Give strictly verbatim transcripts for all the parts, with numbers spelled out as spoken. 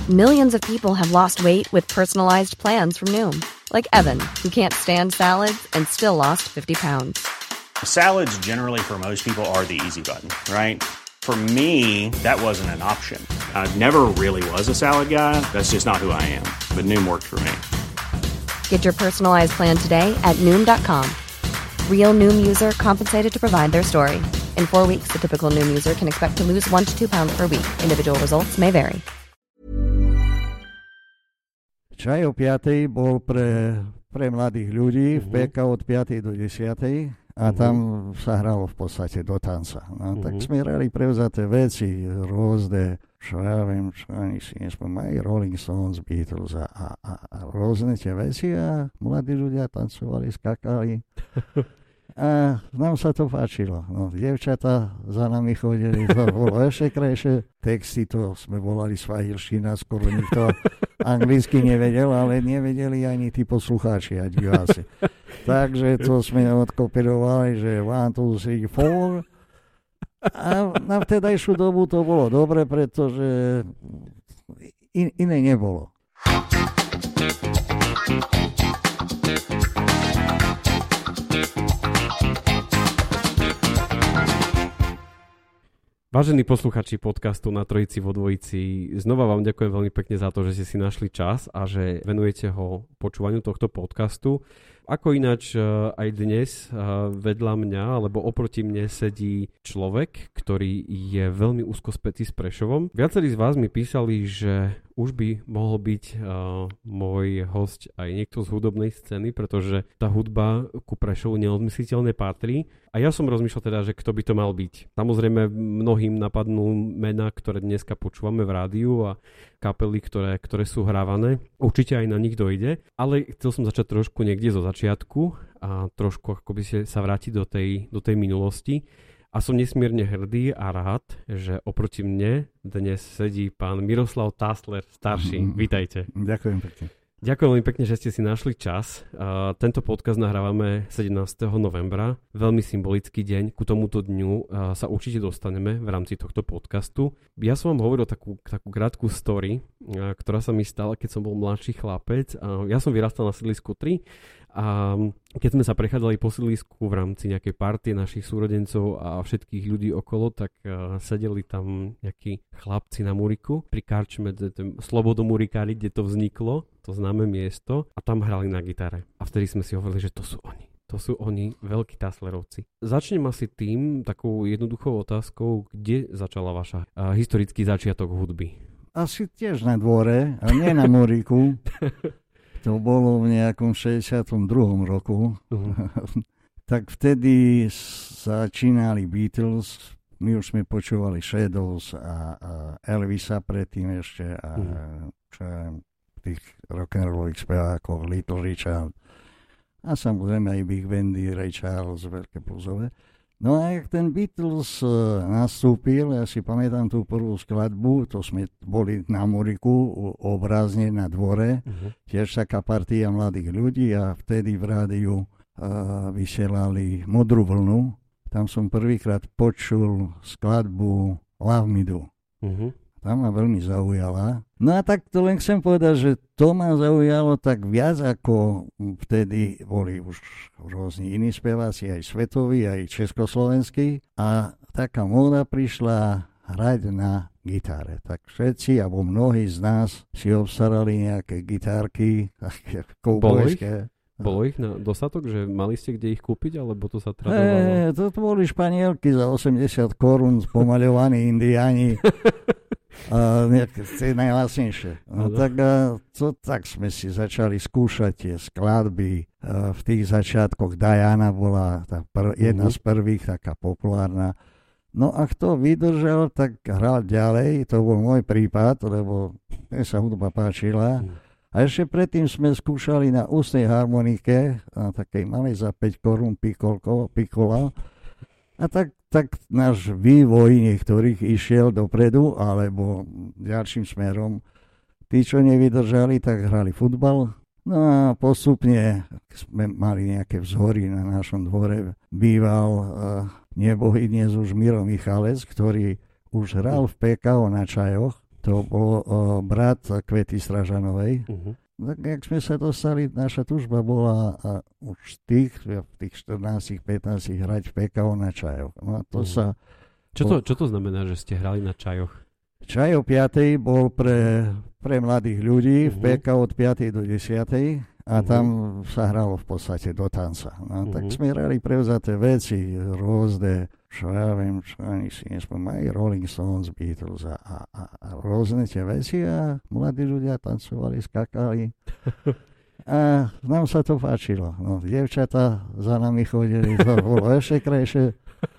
Millions of people have lost weight with personalized plans from Noom. Like Evan, who can't stand salads and still lost fifty pounds. Salads generally for most people are the easy button, right? For me, that wasn't an option. I never really was a salad guy. That's just not who I am. But Noom worked for me. Get your personalized plan today at Noom dot com. Real Noom user compensated to provide their story. In four weeks, the typical Noom user can expect to lose one to two pounds per week. Individual results may vary. Čaj o piatej bol pre, pre mladých ľudí, uh-huh. v pé ká od piatej do desiatej a uh-huh. tam sa hralo v podstate do tanca. No, uh-huh. Tak sme hrali prevzaté veci, rôzne, čo ja viem, čo ani si nespomínam, aj Rolling Stones, Beatles a, a, a, a rôzne tie veci a mladí ľudia tancovali, skakali. A nám sa to páčilo. No, dievčatá za nami chodili, to bolo ešte krajšie. Texty to sme volali svahilština, skoro nikto anglicky nevedel, ale nevedeli ani tí poslucháči a diváci. Takže to sme odkopírovali, že one, two, three, four. A na vtedajšiu dobu to bolo dobre, pretože in, iné nebolo. Vážení posluchači podcastu Na trojici vo dvojici, znova vám ďakujem veľmi pekne za to, že ste si našli čas a že venujete ho počúvaniu tohto podcastu. Ako ináč aj dnes vedľa mňa, alebo oproti mne sedí človek, ktorý je veľmi úzko spätý s Prešovom. Viacerí z vás mi písali, že už by mohol byť uh, môj host aj niekto z hudobnej scény, pretože tá hudba ku Prešovu neodmysliteľne patrí. A ja som rozmýšľal teda, že kto by to mal byť. Samozrejme mnohým napadnú mená, ktoré dneska počúvame v rádiu a kapely, ktoré, ktoré sú hrávané. Určite aj na nich dojde, ale chcel som začať trošku niekde zo začiatku a trošku akoby sa vrátiť do tej, do tej minulosti. A som nesmierne hrdý a rád, že oproti mne dnes sedí pán Miroslav Tásler, starší. Mm-hmm. Vítajte. Ďakujem pekne. Ďakujem veľmi pekne, že ste si našli čas. Uh, tento podcast nahrávame sedemnásteho novembra. Veľmi symbolický deň. Ku tomuto dňu uh, sa určite dostaneme v rámci tohto podcastu. Ja som vám hovoril takú, takú krátku story, uh, ktorá sa mi stala, keď som bol mladší chlapec. Uh, ja som vyrastal na sídlisku tri. A keď sme sa prechádzali po sídlisku v rámci nejakej partie našich súrodencov a všetkých ľudí okolo, tak uh, sedeli tam nejakí chlapci na Muriku pri karčme, Slobodomurikári, kde to vzniklo, to známe miesto, a tam hrali na gitare. A vtedy sme si hovorili, že to sú oni. To sú oni, veľkí Táslerovci. Začnem asi tým, takou jednoduchou otázkou, kde začala vaša uh, historický začiatok hudby? Asi tiež na dvore, a nie na Muriku. To bolo v nejakom šesťdesiatom druhom roku. Uh-huh. Tak vtedy začínali Beatles, my už sme počúvali Shadows a, a Elvisa predtým ešte a uh-huh. čo je, tých rock'n'rollových spevákov, Little Richard a samozrejme aj Big Bandy, Ray Charles, veľké pulzové. No a jak ten Beatles uh, nastúpil, ja si pamätám tú prvú skladbu, to sme boli na Muriku, obrazne na dvore, uh-huh. tiež taká partia mladých ľudí a vtedy v rádiu uh, vysielali Modrú vlnu. Tam som prvýkrát počul skladbu Love Me Do. Uh-huh. Tá ma veľmi zaujala. No a tak to len chcem povedať, že to ma zaujalo tak viac, ako vtedy boli už rôzni iní speváci, aj svetoví, aj československí. A taká móda prišla hrať na gitare. Tak všetci, alebo mnohí z nás si obstarali nejaké gitárky, také koubojské. Bolo ich na dostatok, že mali ste kde ich kúpiť, alebo to sa tradovalo? E, to boli Španielky za osemdesiat korún, pomaľovaní indiáni. Uh, tie najlasnejšie. No, tak, uh, to, tak sme si začali skúšať tie skladby. Uh, v tých začiatkoch Diana bola tá pr- jedna uh-huh. z prvých, taká populárna. No a kto vydržal, tak hral ďalej. To bol môj prípad, lebo mne sa hudba páčila. Uh-huh. A ešte predtým sme skúšali na ústnej harmonike, na takej malej za päť korún pikola. A tak, tak náš vývoj niektorých išiel dopredu, alebo ďalším smerom. Tí, čo nevydržali, tak hrali futbal. No a postupne sme mali nejaké vzory na našom dvore. Býval uh, nebohý dnes už Miro Michalec, ktorý už hral v pé ká ó na čajoch. To bol uh, brat Kvety Stražanovej. Uh-huh. Tak jak sme sa dostali, naša túžba bola uh, už tých, v tých štrnásť pätnásť hrať v pé ká ó na čajoch. No a to uh-huh. sa... Čo to, čo to znamená, že ste hrali na čajoch? Čaj o piatej bol pre, pre mladých ľudí, uh-huh. v pé ká ó od piatej do desiatej a uh-huh. tam sa hralo v podstate do tanca. No, uh-huh. Tak sme hrali prevzaté veci, rôzne, čo ja viem, čo ani si nespomínam, aj Rolling Stones, Beatles a, a, a, a rôzne tie veci a mladí ľudia tancovali, skakali. A nám sa to páčilo. No, dievčatá za nami chodili, to bolo ešte krajšie.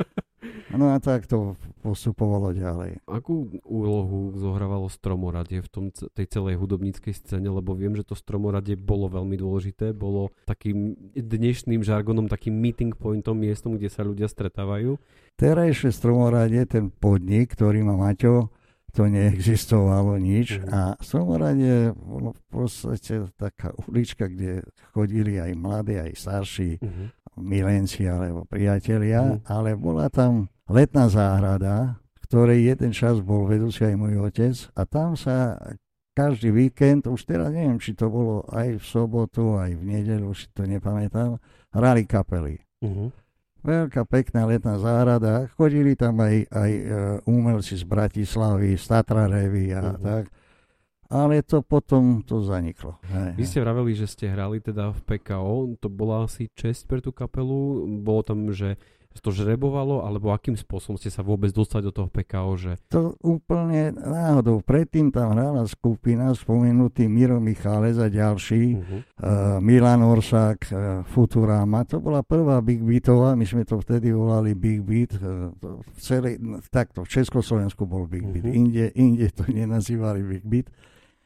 No a tak to postupovalo ďalej. Akú úlohu zohrávalo Stromoradie v tom, tej celej hudobníckej scéne? Lebo viem, že to Stromoradie bolo veľmi dôležité. Bolo takým dnešným žargonom, takým meeting pointom, miestom, kde sa ľudia stretávajú. Terajšie Stromoradie, ten podnik, ktorý má Maťo, to neexistovalo nič. Uh-huh. A Stromoradie bolo v podstate taká ulička, kde chodili aj mladí, aj starší, uh-huh. milenci alebo priatelia, uh-huh. ale bola tam letná záhrada, ktorej jeden čas bol vedúci aj môj otec a tam sa každý víkend, už teraz neviem, či to bolo aj v sobotu, aj v nedeľu, si to nepamätám, hrali kapely. Uh-huh. Veľká pekná letná záhrada, chodili tam aj, aj uh, umelci z Bratislavy, z Tatra Revy a uh-huh. tak. Ale to potom to zaniklo. Hej, Vy ste vraveli, že ste hrali teda v pé ká ó, to bola asi česť pre tú kapelu, bolo tam, že to žrebovalo, alebo akým spôsobom ste sa vôbec dostali do toho pé ká ó? Že... To úplne náhodou. Predtým tam hrala skupina, spomenutý Miro Michález a ďalší, uh-huh. uh, Milan Orsák, uh, Futurama. To bola prvá Big Beatová, my sme to vtedy volali Big Beat. Uh, v celej, takto, v Československu bol Big uh-huh. Beat, inde, inde to nenazývali Big Beat.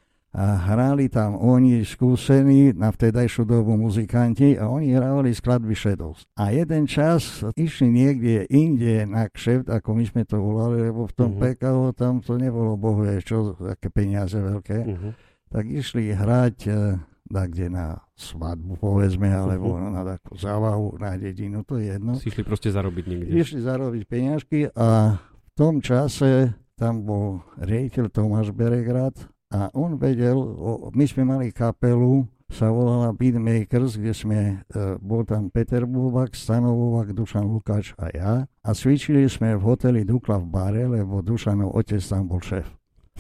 A hrali tam oni skúsení na vtedajšiu dobu muzikanti a oni hrávali skladby Shadows. A jeden čas išli niekde inde na kšeft, ako my sme to volali, lebo v tom uh-huh. pé ká ó tam to nebolo bohuje čo, také peniaze veľké. Uh-huh. Tak išli hrať uh, kde na svadbu, povedzme, alebo uh-huh. na takú závahu, na dedinu, to je jedno. Si išli proste zarobiť niekde. Išli zarobiť peniažky a v tom čase tam bol riaditeľ Tomáš Beregrad. A on vedel, o, my sme mali kapelu, sa volala Beatmakers, kde sme, e, bol tam Peter Bubak, Stano Bubak, Dušan Lukáč a ja. A cvičili sme v hoteli Dukla v bare, lebo Dušanov otec tam bol šéf.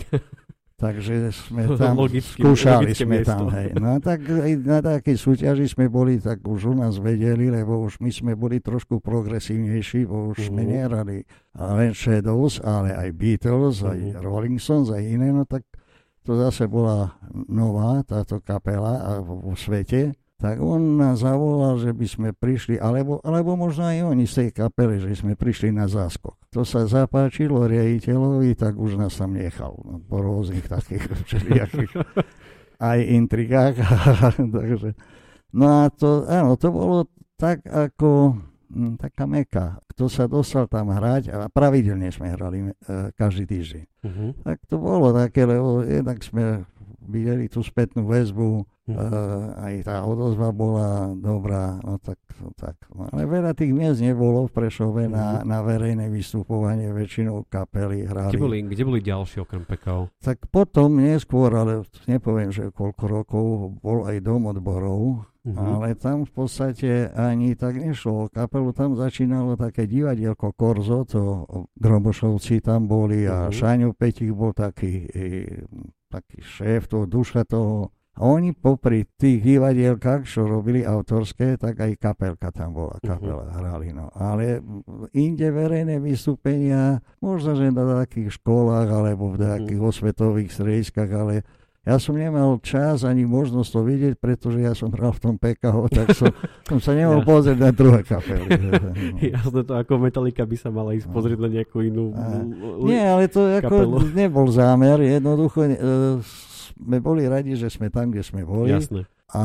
Takže sme tam, logicky, skúšali sme miesto. Tam. Hej. No tak na takej súťaži sme boli, tak už u nás vedeli, lebo už my sme boli trošku progresívnejší, bo už uh-huh. sme nehrali len Shadows, ale aj Beatles, uh-huh. aj Rolling Stones, aj iné, no tak to zase bola nová táto kapela vo svete, tak on nás zavolal, že by sme prišli, alebo, alebo možno aj oni z tej kapely, že sme prišli na záskok. To sa zapáčilo riaditeľovi, tak už nás tam nechal. No, po rôznych takých všelijakých aj intrigách. Takže, no a to, áno, to bolo tak ako m, taká meka. Kto sa dostal tam hrať, a pravidelne sme hrali e, každý týždeň. Uh-huh. Tak to bolo také, lebo jednak sme videli tú spätnú väzbu, uh-huh. e, aj tá odozva bola dobrá, no tak, no tak. No, ale veľa tých miest nebolo v Prešove uh-huh. na, na verejné vystupovanie, väčšinou kapely hrali. Kde boli, kde boli ďalšie okrem pé ká ó? Tak potom neskôr, ale nepoviem, že koľko rokov, bol aj Dom odborov, uh-huh. ale tam v podstate ani tak nešlo. Kapelu tam začínalo také divadielko Korzo, to Grobošovci tam boli a uh-huh. Šáňo Petík bol taký, e, taký šéf toho, duša toho. A oni popri tých divadielkách, čo robili autorské, tak aj kapelka tam bola, kapela uh-huh. hrali. No. Ale inde verejné vystúpenia, možno, že na takých školách alebo v takých uh-huh. osvetových strediskách, ale ja som nemal čas ani možnosť to vidieť, pretože ja som hral v tom pé ká ó, tak som, som sa nemohol ja. pozrieť na druhé kapely. Jasné, to ako Metallica by sa mala ísť pozrieť na nejakú inú a, li- Nie, ale to ako nebol zámer. Jednoducho e, sme boli radi, že sme tam, kde sme boli. Jasné. A,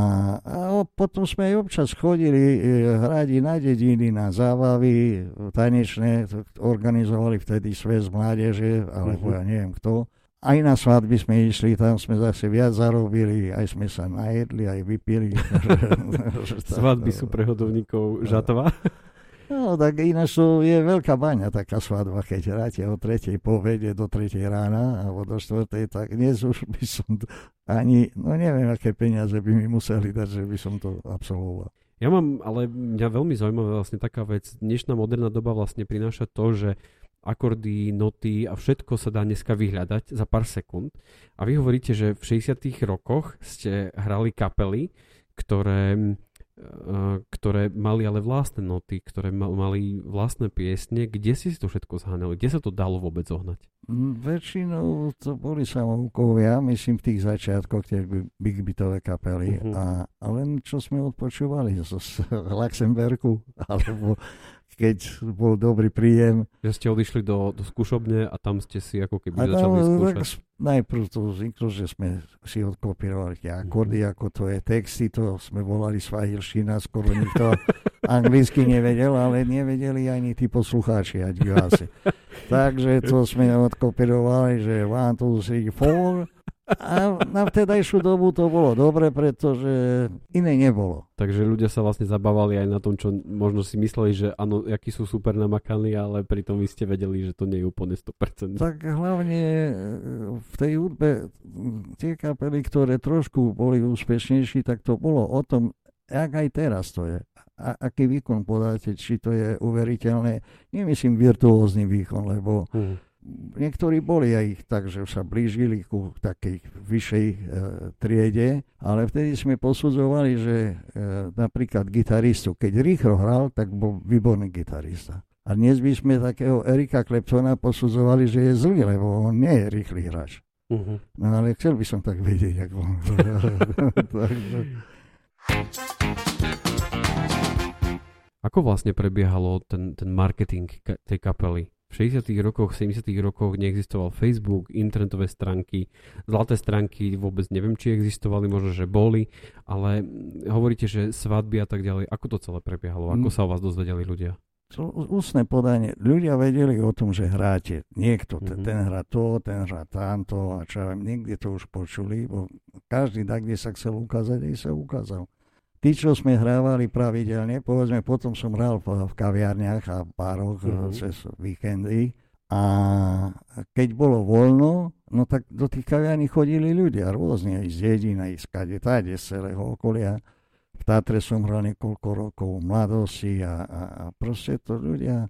a potom sme aj občas chodili e, hrať na dediny, na zábavy tanečné. Organizovali vtedy Sväz mládeže, alebo uh-huh. ja neviem kto. Aj na svadby sme išli, tam sme zase viac zarobili, aj sme sa najedli, aj vypili. Svadby sú pre hodovníkov žatva. No, tak ináč to je veľká baňa, taká svadba, keď hráte o tretej povede do tretej rána, alebo do štvrtej, tak dnes už by som ani, no neviem, aké peniaze by mi museli dať, že by som to absolvoval. Ja mám, ale mňa veľmi zaujímavá vlastne taká vec, dnešná moderná doba vlastne prináša to, že akordy, noty a všetko sa dá dneska vyhľadať za pár sekúnd. A vy hovoríte, že v šesťdesiatych rokoch ste hrali kapely, ktoré... ktoré mali ale vlastné noty, ktoré mali vlastné piesne. Kde si to všetko zháňali? Kde sa to dalo vôbec zohnať? Väčšinou to boli samoukovia, myslím v tých začiatkoch, tie big beatové kapely. Uh-huh. A, a len čo sme odpočúvali z, z Luxemburgu, alebo keď bol dobrý príjem. Že ste odišli do, do skúšobne a tam ste si ako keby a začali tam, skúšať? Tak, najprv to vzniklo, že sme si odkopírovali tie akordy, uh-huh. ako to je texty, to sme volali svahilština, skoro nikto anglicky nevedel, ale nevedeli ani tí poslucháči a diváci. Takže to sme odkopírovali, že one, two, three, four. A na vtedajšiu dobu to bolo dobre, pretože iné nebolo. Takže ľudia sa vlastne zabávali aj na tom, čo možno si mysleli, že áno, akí sú super namakaní, ale pritom vy ste vedeli, že to nie je úplne sto percent. Tak hlavne v tej hudbe tie kapely, ktoré trošku boli úspešnejší, tak to bolo o tom, jak aj teraz to je. A aký výkon podáte, či to je uveriteľné. Nemyslím virtuózny výkon, lebo hmm. niektorí boli aj tak, že sa blížili ku takej vyššej e, triede, ale vtedy sme posudzovali, že e, napríklad gitaristu, keď rýchlo hral, tak bol výborný gitarista. A dnes by sme takého Erika Claptona posudzovali, že je zlý, lebo on nie je rýchly hráč. Uh-huh. No ale chcel by som tak vedieť, ako on. Ako vlastne prebiehalo ten, ten marketing ka- tej kapely? V šesťdesiatych rokoch, sedemdesiatych rokoch neexistoval Facebook, internetové stránky, zlaté stránky, vôbec neviem, či existovali, možno, že boli, ale hovoríte, že svadby a tak ďalej. Ako to celé prebiehalo? Ako sa o vás dozvedeli ľudia? To ústne podanie. Ľudia vedeli o tom, že hráte. Niekto, mm-hmm. ten hrá to, ten hrá tamto a čo viem, niekde to už počuli, bo každý tak, kde sa chcel ukázať, aj sa ukázal. Tí, čo sme hrávali pravidelne, povedzme, potom som hral v, v kaviarniach a pároch mm-hmm. cez víkendy a keď bolo voľno, no tak do tých kaviarní chodili ľudia rôzne, aj z dedín, aj z kade, táde, z celého okolia. V Tátre som hral niekoľko rokov mladosti a, a, a proste to ľudia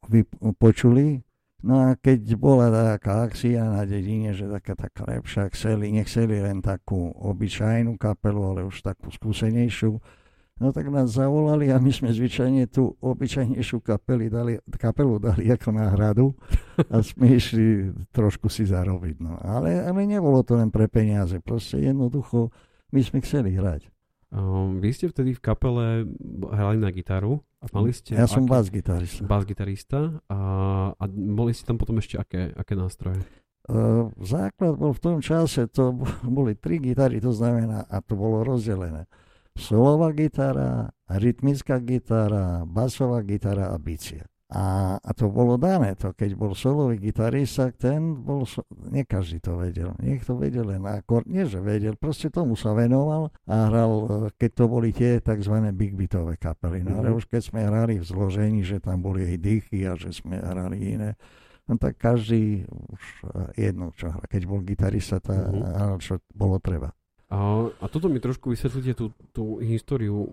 počuli. No a keď bola taká akcia na dedine, že taká, taká lepšia, chceli, nechceli len takú obyčajnú kapelu, ale už takú skúsenejšiu, no tak nás zavolali a my sme zvyčajne tú obyčajnejšiu kapelu dali, kapelu dali ako náhradu a sme išli trošku si zarobiť. No. Ale, ale nebolo to len pre peniaze, proste jednoducho my sme chceli hrať. Um, vy ste vtedy v kapele hrali na gitaru a mali ste... Ja som aké... bas-gitarista. Bas-gitarista a, a mali ste tam potom ešte aké, aké nástroje? Uh, základ bol v tom čase, to boli tri gitary, to znamená, a to bolo rozdelené. Solová gitara, rytmická gitara, basová gitara a bicie. A, a to bolo dané, to keď bol solový gitarista, ten bol, so, nie každý to vedel, niekto vedel len akord, nie že vedel, proste tomu sa venoval a hral, keď to boli tie tzv. Big beatové kapely, no ale už keď sme hrali v zložení, že tam boli aj dýchy a že sme hrali iné, no tak každý už jedno, čo hral, keď bol gitarista, tá, hral, čo bolo treba. A, a toto mi trošku vysvetlíte tú, tú históriu.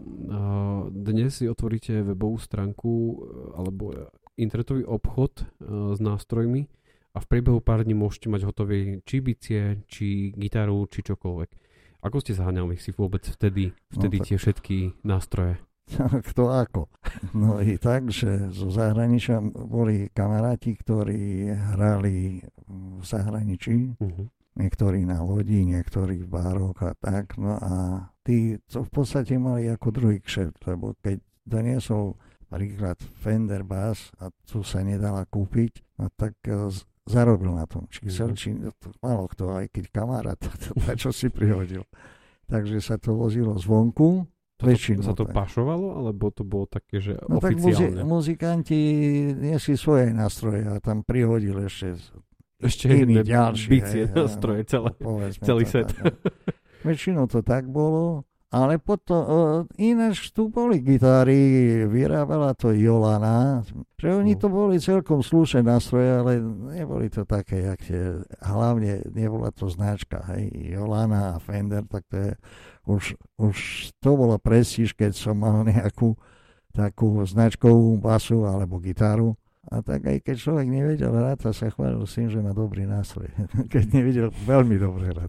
A dnes si otvoríte webovú stránku alebo internetový obchod s nástrojmi a v priebehu pár dní môžete mať hotové či bicie, či gitaru, či čokoľvek. Ako ste zaháňali si vôbec vtedy, vtedy no, tak... tie všetky nástroje? Kto ako. No i tak, že zo zahraničia boli kamaráti, ktorí hrali v zahraničí. Uh-huh. Niektorí na lodi, niektorí v bároch a tak. No a tí to v podstate mali ako druhý kšeft, lebo keď doniesol príklad Fender Bass a tu sa nedala kúpiť, no tak z, zarobil na tom. Či chcel, či malo kto, aj keď kamarát, čo si prihodil. Takže sa to vozilo zvonku. To sa to pašovalo, alebo to bolo také, že no oficiálne? Tak muzi- muzikanti niesli svoje nástroje a tam prihodil ešte Ešte iný ďalší, bicie, hej, nástroje, celé, celý to, set. Tak, Väčšinou to tak bolo Ale potom uh, ináč tu boli gitáry, vyrábala to Jolana, že oni to boli celkom slušné nástroje, ale neboli to také, jak tie, hlavne nebola to značka, hej, Jolana a Fender, tak to je, už, už to bolo prestíž, keď som mal nejakú takú značkovú basu alebo gitaru. A tak aj keď človek nevedel hrať, sa chválil s tým, že má dobrý nástroj. Keď nevedel veľmi dobre hrať.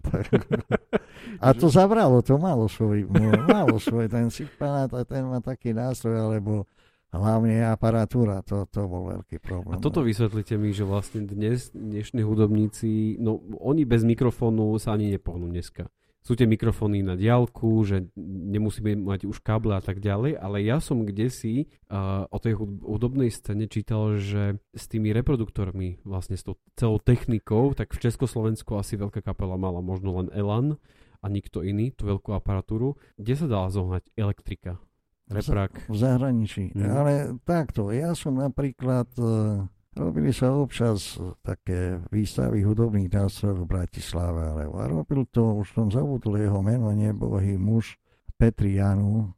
A to zabralo, to malo svoj, malo svoj, ten Sigpanát, ten má taký nástroj, alebo hlavne aparatúra, to, to bol veľký problém. A toto vysvetlite mi, že vlastne dnes, dnešní hudobníci, no oni bez mikrofónu sa ani nepohnú dneska. Sú tie mikrofóny na diaľku, že nemusíme mať už káble a tak ďalej, ale ja som kdesi uh, o tej hudobnej scéne čítal, že s tými reproduktormi, vlastne s tou celou technikou, tak v Československu asi veľká kapela mala možno len Elan a nikto iný, tú veľkú aparatúru. Kde sa dala zohnať elektrika? Reprak? V zahraničí. Mm. Ale takto, ja som napríklad... Uh... Robili sa občas také výstavy hudobných nástrojov v Bratislave, ale a robil to, už som zabudol jeho meno, nebohý muž Petri Janu.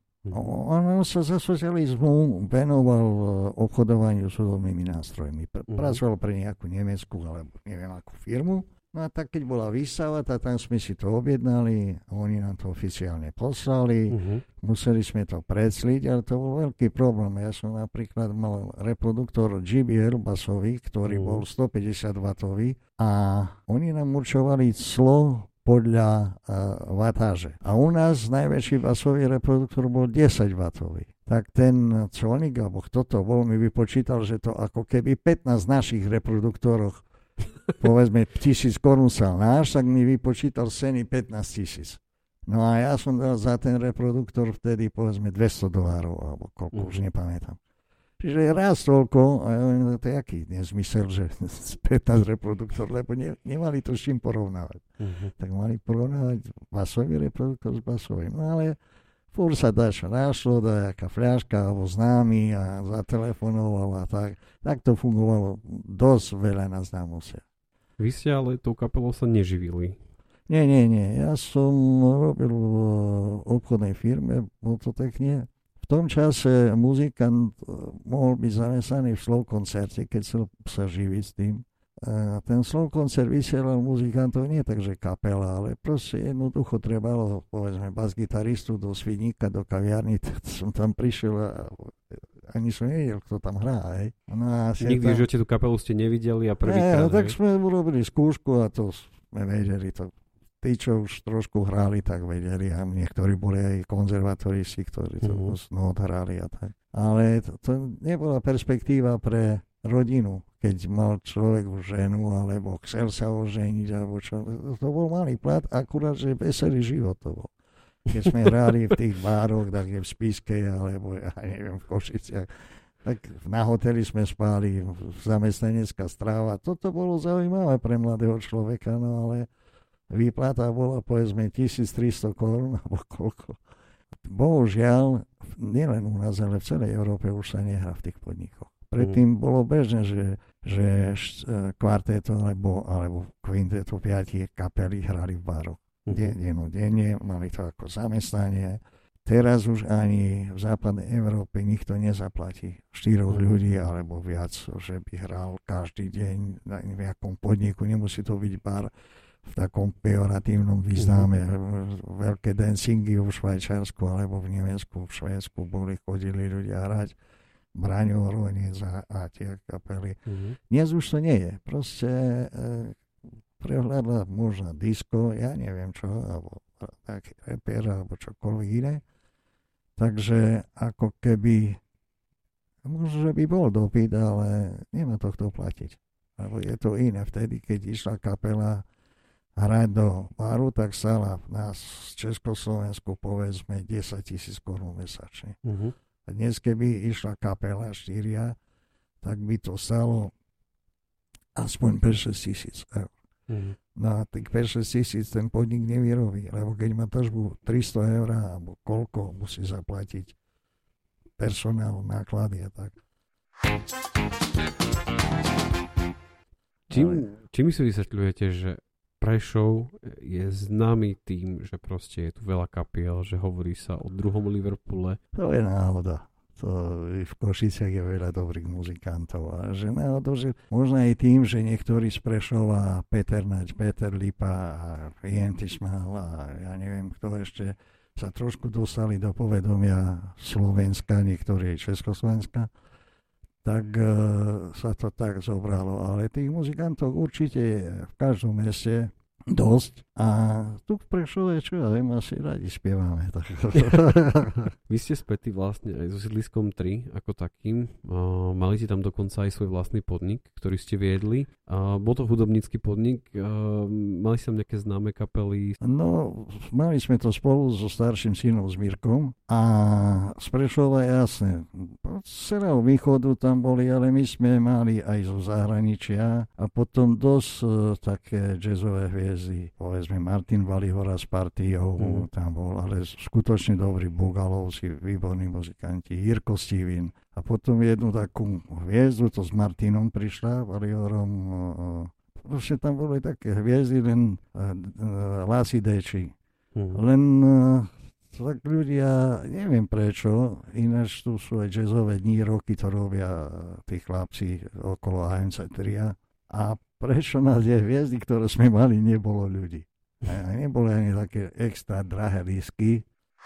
On sa za socializmu venoval obchodovaniu s hudobnými nástrojmi. Pr- pracoval pre nejakú nemeckú alebo neviem akú firmu. No a tak, keď bola výstava, tak tam sme si to objednali, oni nám to oficiálne poslali, uh-huh. museli sme to precliť, ale to bol veľký problém. Ja som napríklad mal reproduktor G B L basový, ktorý uh-huh. bol stopäťdesiat watový a oni nám určovali clo podľa uh, watáže. A u nás najväčší basový reproduktor bol desať watový. Tak ten colník, alebo kto to bol, mi vypočítal, že to ako keby pätnásť našich reproduktoroch povedzme tisíc korún sa náš, tak mi vypočítal ceny pätnásť tisíc. No a ja som dal za ten reproduktor vtedy povedzme dvesto dolárov, alebo koľko, uh-huh. už nepamätám. Čiže raz toľko, a ja viem, to je aký nezmysel, že pätnásť reproduktor, lebo ne, nemali to s čím porovnávať. Uh-huh. Tak mali porovnávať basový reproduktor s basovým. No ale fúr sa dačo našlo, dajaká fľaška, alebo známy a zatelefonoval a tak. Tak to fungovalo dosť veľa na známosti. Vy ste ale tou kapelou sa neživili. Nie, nie, nie. Ja som robil v obchodnej firme, Mototechnie. V tom čase muzikant mohol byť zamestnaný v Slow koncerte, keď chcel sa živiť s tým. A ten Slow koncert vysielal muzikantov nie takže kapela, ale proste jednoducho trebalo, povedzme, bas-gitaristu do Svidníka, do kaviarny, tak som tam prišiel a ani som nevedel, kto tam hrá. Hej. No a nikdy v živote tú kapelu ste nevideli a Nie, prvýkrát. no, tak sme urobili skúšku a to sme vedeli. To. Tí, čo už trošku hrali, tak vedeli a niektorí boli aj konzervatoristi, ktorí to uh-huh. snot hrali a tak. Ale to, to nebola perspektíva pre rodinu, keď mal človek ženu, alebo chcel sa oženiť, alebo čo. To bol malý plat, akurát, že veselý život to bol. Keď sme hrali v tých bároch, tak je v Spiske, alebo ja neviem, v Košiciach, tak na hoteli sme spali, zamestnanecká stráva. Toto bolo zaujímavé pre mladého človeka, no ale výplata bola povedzme tisíctristo korún, alebo koľko. Bohužiaľ, nielen u nás, ale v celej Európe už sa nehrá v tých podnikoch. Predtým bolo bežné, že, že kvarteto alebo, alebo kvinteto piati kapely hrali v baroch. Dennodenne, mali to ako zamestnanie. Teraz už ani v západnej Európe nikto nezaplatí štyroch ľudí alebo viac, že by hral každý deň na nejakom podniku. Nemusí to byť bar v takom pejoratívnom význame. Veľké dancingy v Švajčiarsku alebo v Nemecku, v Švédsku boli, chodili ľudia hrať. Braňo Hronec a, a tie kapely. Uh-huh. Dnes už to nie je. Proste e, prehľadla možno disco, ja neviem čo, alebo taký reper, alebo čokoľvek iné. Takže ako keby možno, že by bol dopyt, ale nemá to kto platiť. Lebo je to iné. Vtedy, keď išla kapela hrať do baru, tak stála nás v Československu povedzme desať tisíc korún mesačne. Uh-huh. A dnes, keby išla kapela štyria, tak by to stalo aspoň päť šesť tisíc eur. Mm. No a tých päť šesť tisíc ten podnik nevyrobí, lebo keď má tržbu tristo eur, alebo koľko musí zaplatiť personál, náklady a tak. Čím, čím si vysvetľujete, že Prešov je známy tým, že proste je tu veľa kapiel, že hovorí sa o druhom Liverpoole. To je náhoda. To v Košiciach je veľa dobrých muzikantov. A že náhodou, že možno aj tým, že niektorí z Prešova, Peter Naď, Peter Lipa a Jentismal a ja neviem kto ešte, sa trošku dostali do povedomia Slovenska, niektorí aj Československa, tak e, sa to tak zobralo. Ale tých muzikantov určite je v každom meste dosť. A tu v Prešove, čo ja viem, asi radi spievame. Vy ste spätí vlastne aj so sídliskom tri ako takým. Uh, mali ste tam dokonca aj svoj vlastný podnik, ktorý ste viedli. Uh, bol to hudobnícky podnik. Uh, mali ste tam nejaké známe kapely? No, mali sme to spolu so starším synom, s Mirkom. A z Prešova jasne. Z celého východu tam boli, ale my sme mali aj zo zahraničia. A potom dosť uh, také jazzové hviezdy. Povedzme Martin Valihora s partiou, mm. tam bol, ale skutočne dobrý Bugalovci, výborní muzikanti, Jirko Stivin. A potom jednu takú hviezdu, to s Martinom prišla, Valihorom, proste tam boli také hviezdy, len uh, uh, Lasi Deči. Mm. Len uh, tak ľudia, neviem prečo, ináč tu sú aj jazzové dní, roky to robia tí chlapci okolo á em cé tri. A prečo na tie hviezdy, ktoré sme mali, nebolo ľudí. A neboli ani také extra drahé lístky.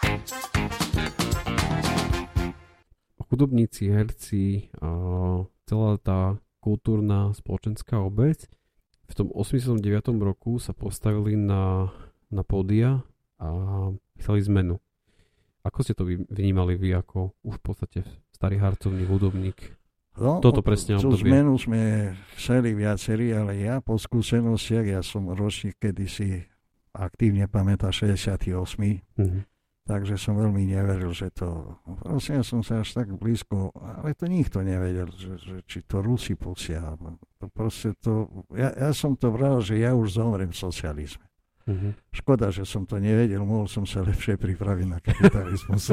Hudobníci, herci, a celá tá kultúrna spoločenská obec v tom osemdesiatom deviatom roku sa postavili na, na pódia a chceli zmenu. Ako ste to vnímali vy ako už v podstate starý harcovný hudobník? No, toto presne tú obdobie. Zmenu sme chceli viacerí, ale ja po skúsenostiach, ja som ročník kedysi aktívne pamätá šesťdesiaty ôsmy Mm-hmm. Takže som veľmi neveril, že to... Proste ja som sa až tak blízko... Ale to nikto nevedel, že, že či to Rusi pusia. To proste to... Ja, ja som to bral, že ja už zomrem v socializme. Mm-hmm. Škoda, že som to nevedel. Mohol som sa lepšie pripraviť na kapitalizmus.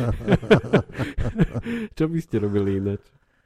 Čo by ste robili ináč?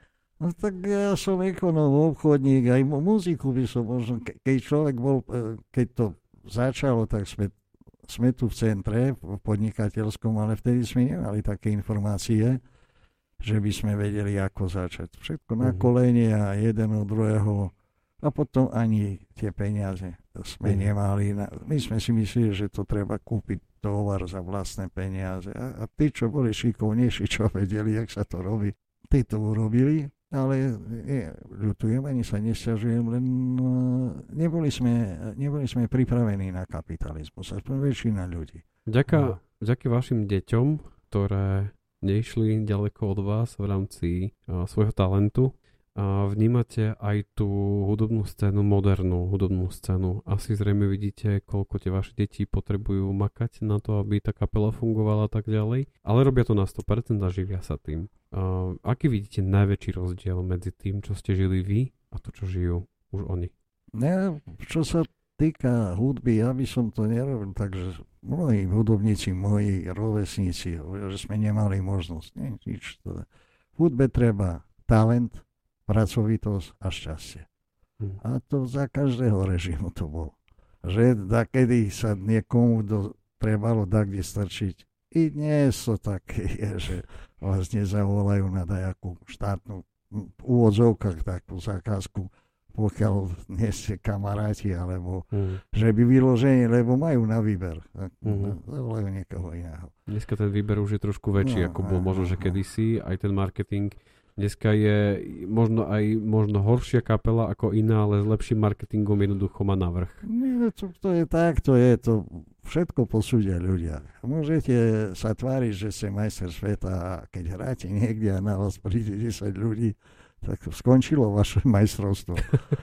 No tak ja som ekonom, obchodník, aj muziku by som možno... Ke, keď človek bol... Keď to začalo, tak sme, sme tu v centre, v podnikateľskom, ale vtedy sme nemali také informácie, že by sme vedeli, ako začať. Všetko na kolene a jeden od druhého. A potom ani tie peniaze sme nemali. My sme si mysleli, že to treba kúpiť tovar za vlastné peniaze. A, a tí, čo boli šikovnejší, čo vedeli, jak sa to robí, tí to urobili. Ale je, ľutujem, ani sa nesťažujem, len uh, neboli, sme, neboli sme pripravení na kapitalizmus, aspoň väčšina ľudí. Ďaká, ďaká vašim deťom, ktoré neišli ďaleko od vás v rámci uh, svojho talentu. A vnímate aj tú hudobnú scénu, modernú hudobnú scénu. Asi zrejme vidíte, koľko tie vaše deti potrebujú makať na to, aby tá kapela fungovala a tak ďalej. Ale robia to na sto percent a živia sa tým. Uh, aký vidíte najväčší rozdiel medzi tým, čo ste žili vy a to, čo žijú už oni? Ja, čo sa týka hudby, ja by som to nerobil, takže mnohí hudobníci, moji rovesníci, že sme nemali možnosť. Nie, nič. V hudbe treba talent, pracovitosť a šťastie. Hmm. A to za každého režimu to bolo. Že kedy sa niekomu do, trebalo dakde strčiť. I dnes to také je, že vás nezavolajú na dajakú štátnu v úvodzovkách takú zákazku, pokiaľ nie ste kamaráti, alebo hmm. že by vyložení, lebo majú na výber. Hmm. Zavolajú niekoho iného. Dneska ten výber už je trošku väčší, no, ako bol možno, že kedysi. Aj ten marketing dneska je možno aj možno horšia kapela ako iná, ale s lepším marketingom jednoducho má navrch. Nie, to, to je tak, to je to. Všetko posúdia ľudia. Môžete sa tváriť, že ste majster sveta a keď hráte niekde a na vás príde desať ľudí, tak skončilo vaše majstrovstvo.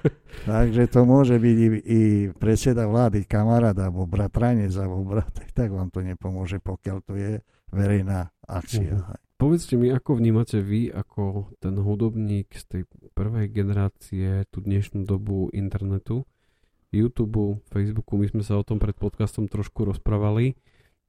Takže to môže byť i, i predseda vlády, kamarát, alebo bratranec, alebo brat, tak vám to nepomôže, pokiaľ to je verejná akcia. Uh-huh. Povedzte mi, ako vnímate vy ako ten hudobník z tej prvej generácie tú dnešnú dobu internetu, YouTube, Facebooku, my sme sa o tom pred podcastom trošku rozprávali.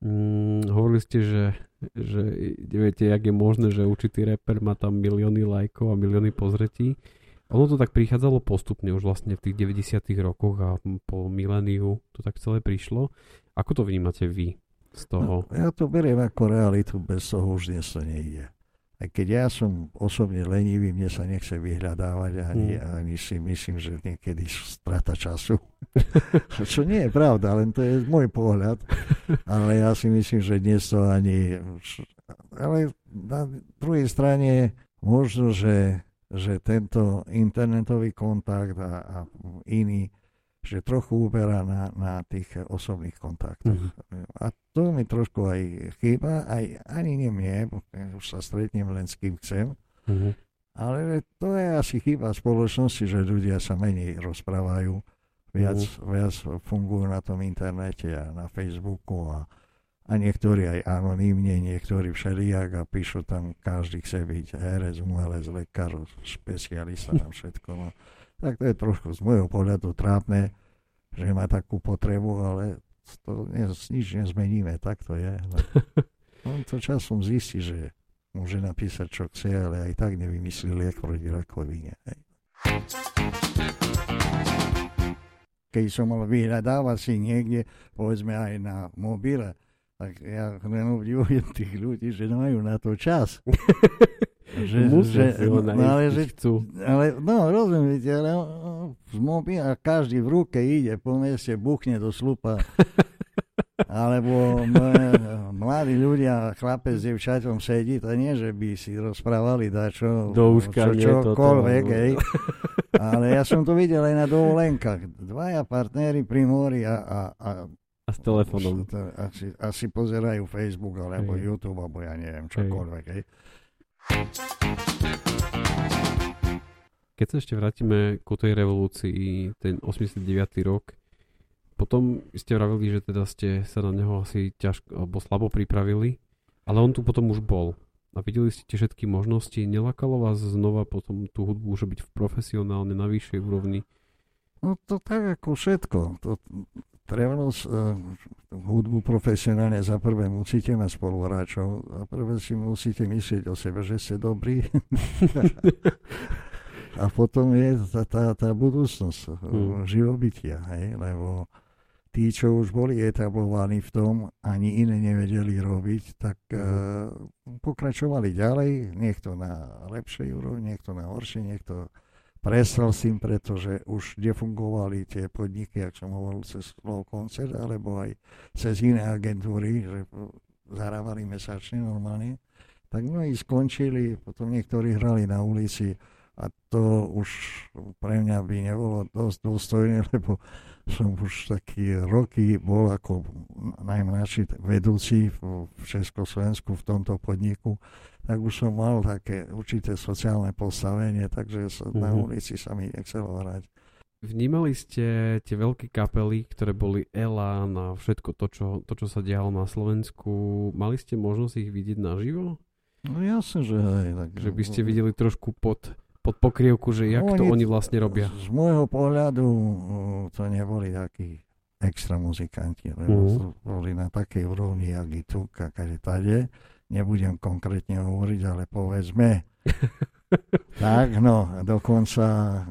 Mm, hovorili ste, že, že neviete, jak je možné, že určitý rapper má tam milióny lajkov a milióny pozretí. Ono to tak prichádzalo postupne už vlastne v tých deväťdesiatych rokoch a po miléniu to tak celé prišlo. Ako to vnímate vy z toho? No, ja to beriem ako realitu, bez toho už dnes to nejde. Aj keď ja som osobne lenivý, mne sa nechce vyhľadávať, ani, mm. ani si myslím, že niekedy strata času. Čo nie je pravda, len to je môj pohľad. Ale ja si myslím, že dnes to ani... Ale na druhej strane možno, že, že tento internetový kontakt a, a iný, že trochu uberá na, na tých osobných kontaktoch. Mm. A to mi trošku aj chýba, aj ani nie mne, už sa stretnem len s kým chcem. Mm. Ale to je asi chyba spoločnosti, že ľudia sa menej rozprávajú, viac, mm. viac fungujú na tom internete a na Facebooku a, a niektorí aj anonymne, niektorí všelijak a píšu tam, každý chce byť herec, umelec, lekár, špecialista na všetko. No. Tak to je trošku z môjho pohľadu trápne, že má takú potrebu, ale to ne, nič nezmeníme, tak to je. No. On to časom zistí, že môže napísať, čo chce, ale aj tak nevymyslí liek proti rakovine. Hej. Keď som mal vyhľadávať si niekde, povedzme aj na mobile, tak ja len obdivujem tých ľudí, že majú na to čas. Že, Musia že, si ho no, nájsť, ale, že, chcú. ale no, rozumiete, ale z mobil a každý v ruke ide po meste, buchne do slupa. Alebo m, mladí ľudia, chlapec s devčaťom sedí, to nie, že by si rozprávali dačo, do uška, čo, čokoľvek, hej. Ale ja som to videl aj na dovolenkách. Dvaja partneri pri mori a, a, a A s telefónom. Asi, asi pozerajú Facebook, alebo hej. YouTube, alebo ja neviem, čokoľvek, hej. Keď sa ešte vrátime ku tej revolúcii, ten osemdesiatdeviaty rok, potom ste vravili, že teda ste sa na neho asi ťažko alebo slabo pripravili, ale on tu potom už bol. A videli ste tie všetky možnosti, nelakalo vás znova potom tú hudbu už byť profesionálne na vyššej úrovni? No to tak ako všetko. To, trebalo uh, hudbu profesionálne, za prvé musíte mať spoluhráčov, za prvé si musíte myslieť o sebe, že ste dobrí. A potom je tá, tá, tá budúcnosť hmm. živobytia, hej? Lebo tí, čo už boli etablovaní v tom, ani iné nevedeli robiť, tak hmm. uh, pokračovali ďalej, niekto na lepšej úrovni, niekto na horšej, niekto prestal s tým, pretože už nefungovali tie podniky, ak som hovoril, cez slovo koncert, alebo aj cez iné agentúry, že zarábali mesačne normálne. Tak mnohí skončili, potom niektorí hrali na ulici a to už pre mňa by nebolo dosť dôstojné, lebo som už taký roky bol ako najmladší vedúci v Československu v tomto podniku, tak už som mal také určité sociálne postavenie, takže sa, uh-huh. na ulici sa mi nechcelo hrať. Vnímali ste tie veľké kapely, ktoré boli Elán a všetko to čo, to, čo sa dialo na Slovensku, mali ste možnosť ich vidieť naživo? No jasne, že aj. Tak, že by ste videli trošku pod, pod pokrievku, že jak oni, to oni vlastne robia? Z môjho pohľadu to neboli takí extra muzikanti, lebo uh-huh. boli na takej úrovni, jak i tu, kakade tade. Nebudem konkrétne hovoriť, ale povedzme. Tak, no, dokonca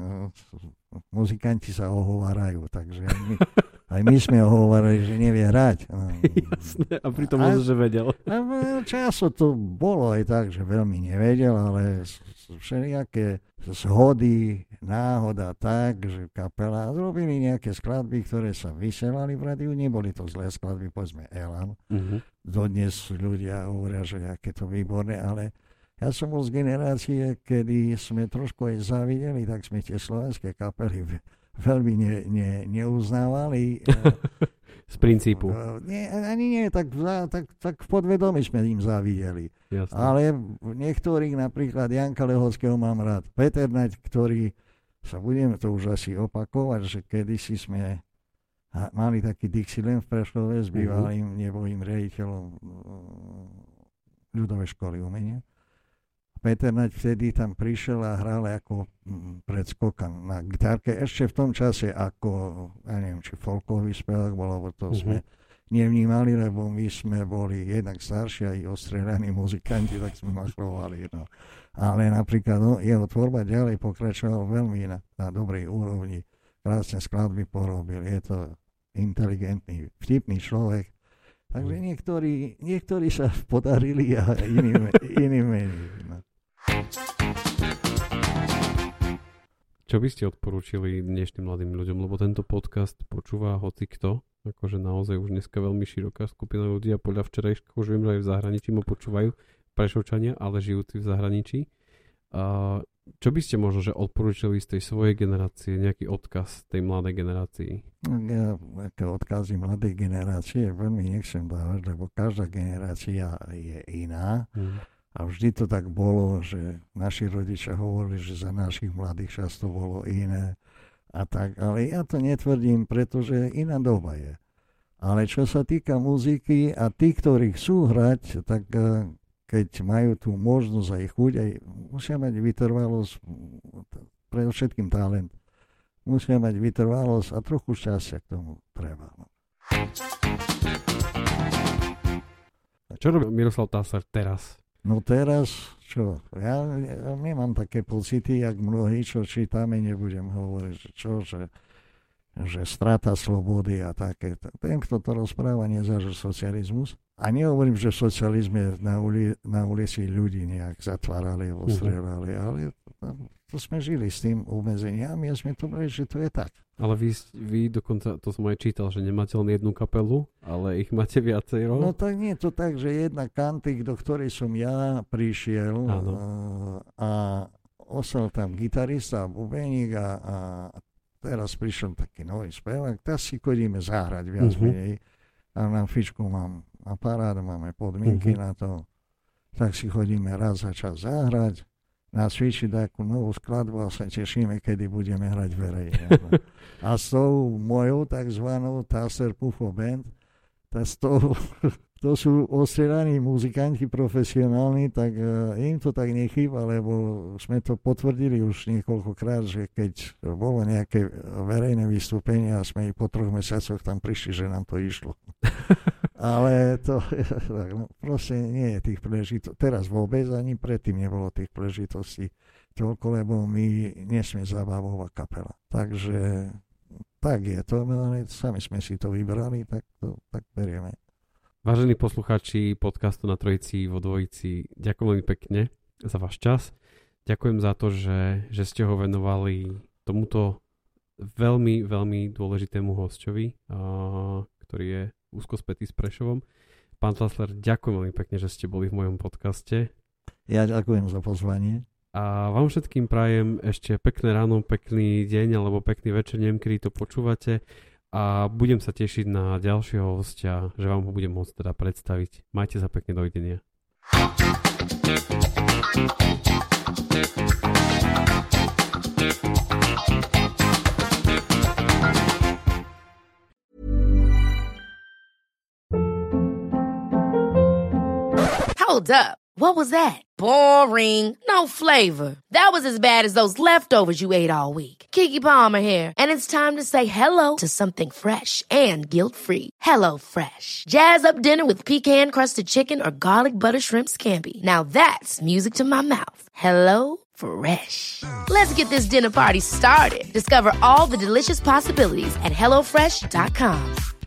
muzikanti sa ohovárajú, takže aj my, aj my sme ohovárali, že nevie hrať. No. Jasné, a pritom možno, že vedel. A často to bolo aj tak, že veľmi nevedel, ale všelijaké zhody, náhoda tak, že kapela zrobili nejaké skladby, ktoré sa vysielali v rádiu, neboli to zlé skladby, povedzme Elán. Uh-huh. Dodnes ľudia hovoria, že aké to výborné, ale ja som bol z generácie, kedy sme trošku aj závideli, tak sme tie slovenské kapely veľmi ne, ne, neuznávali. Z princípu. Nie, ani nie, tak, tak, tak v podvedomí sme im závideli. Jasne. Ale niektorých, napríklad Janka Lehockého mám rád. Peter Naď, ktorý, sa budeme to už asi opakovať, že kedysi sme mali taký Dixieland v Prešove s bývalým nebojím riaditeľom ľudovej školy umenia. Peter Naď vtedy tam prišiel a hral ako predskokan na gitárke. Ešte v tom čase ako, ja neviem, či folkový spevák bol, lebo to uh-huh. sme nevnímali, lebo my sme boli jednak starší a i ostrelaní muzikanti, tak sme machrovali. No. Ale napríklad no, jeho tvorba ďalej pokračovala veľmi na, na dobrej úrovni. Krásne skladby porobil, je to inteligentný, vtipný človek. Takže niektorí, niektorí sa podarili a iní, iní menej. No. Čo by ste odporúčili dnešným mladým ľuďom? Lebo tento podcast počúva hocikto. Akože naozaj už dneska veľmi široká skupina ľudí a podľa včerajška už viem, že aj v zahraničí ma počúvajú Prešovčania, ale žijúci v zahraničí. A čo by ste možno že odporúčili z tej svojej generácie, nejaký odkaz tej mladej generácii? Ja také odkazy mladej generácie veľmi nechcem dávať, lebo každá generácia je iná. Hmm. A vždy to tak bolo, že naši rodičia hovorili, že za našich mladých často bolo iné a tak. Ale ja to netvrdím, pretože iná doba je. Ale čo sa týka muziky a tí, ktorí chcú hrať, tak keď majú tú možnosť aj chuť, aj musia mať vytrvalosť, predovšetkým talent. Musia mať vytrvalosť a trochu šťastia k tomu treba. Čo robí Miroslav Tásar teraz? No teraz, čo, ja, ja nemám také pocity, jak mnohí, čo čítame, nebudem hovoriť, že čo, že, že strata slobody a také. Ten, kto to rozpráva, nezažil socializmus. A nehovorím, že v socializme na, uli, na ulici ľudí nejak zatvárali, ostreľali, uh-huh. ale to, to sme žili s tým obmedzeniami a sme to brali, že to je tak. Ale vy, vy dokonca, to som aj čítal, že nemáte len jednu kapelu, ale ich máte viacero. No tak nie je to tak, že jedna kantik, do ktorej som ja prišiel a, a ostal tam gitarista, bubeník a, a teraz prišiel taký nový spevák, tak si chodíme zahrať viac uh-huh. menej. A na fičku mám aparát, máme podmienky uh-huh. na to, tak si chodíme raz za čas zahrať, nacvičiť takú novú skladbu a sa tešíme, kedy budeme hrať verejne. A s tou mojou takzvanou Tásar Pufo Band, tá s tou, to sú ostrelaní muzikanti profesionálni, tak uh, im to tak nechýba, lebo sme to potvrdili už niekoľkokrát, že keď bolo nejaké verejné vystúpenie a sme i po troch mesiacoch tam prišli, že nám to išlo. Ale to tak, no, proste nie je tých príležitostí. Teraz vôbec ani predtým nebolo tých príležitostí toľko, lebo my nie sme zabavová kapela. Takže tak je to, ale sami sme si to vybrali, tak to tak berieme. Vážení poslucháči podcastu Na Trojici vo Dvojici, ďakujem veľmi pekne za váš čas. Ďakujem za to, že, že ste ho venovali tomuto veľmi, veľmi dôležitému hosťovi, a, ktorý je úzko spätý s Prešovom. Pán Tásar, ďakujem veľmi pekne, že ste boli v mojom podcaste. Ja ďakujem za pozvanie. A vám všetkým prajem ešte pekné ráno, pekný deň alebo pekný večer, neviem, kedy to počúvate. A budem sa tešiť na ďalšieho hostia, že vám ho budem môcť teda predstaviť. Majte sa pekne, dovidenia. Hold up. What was that? Boring. No flavor. That was as bad as those leftovers you ate all week. Keke Palmer here, and it's time to say hello to something fresh and guilt-free. Hello Fresh. Jazz up dinner with pecan-crusted chicken or garlic butter shrimp scampi. Now that's music to my mouth. Hello Fresh. Let's get this dinner party started. Discover all the delicious possibilities at hello fresh dot com.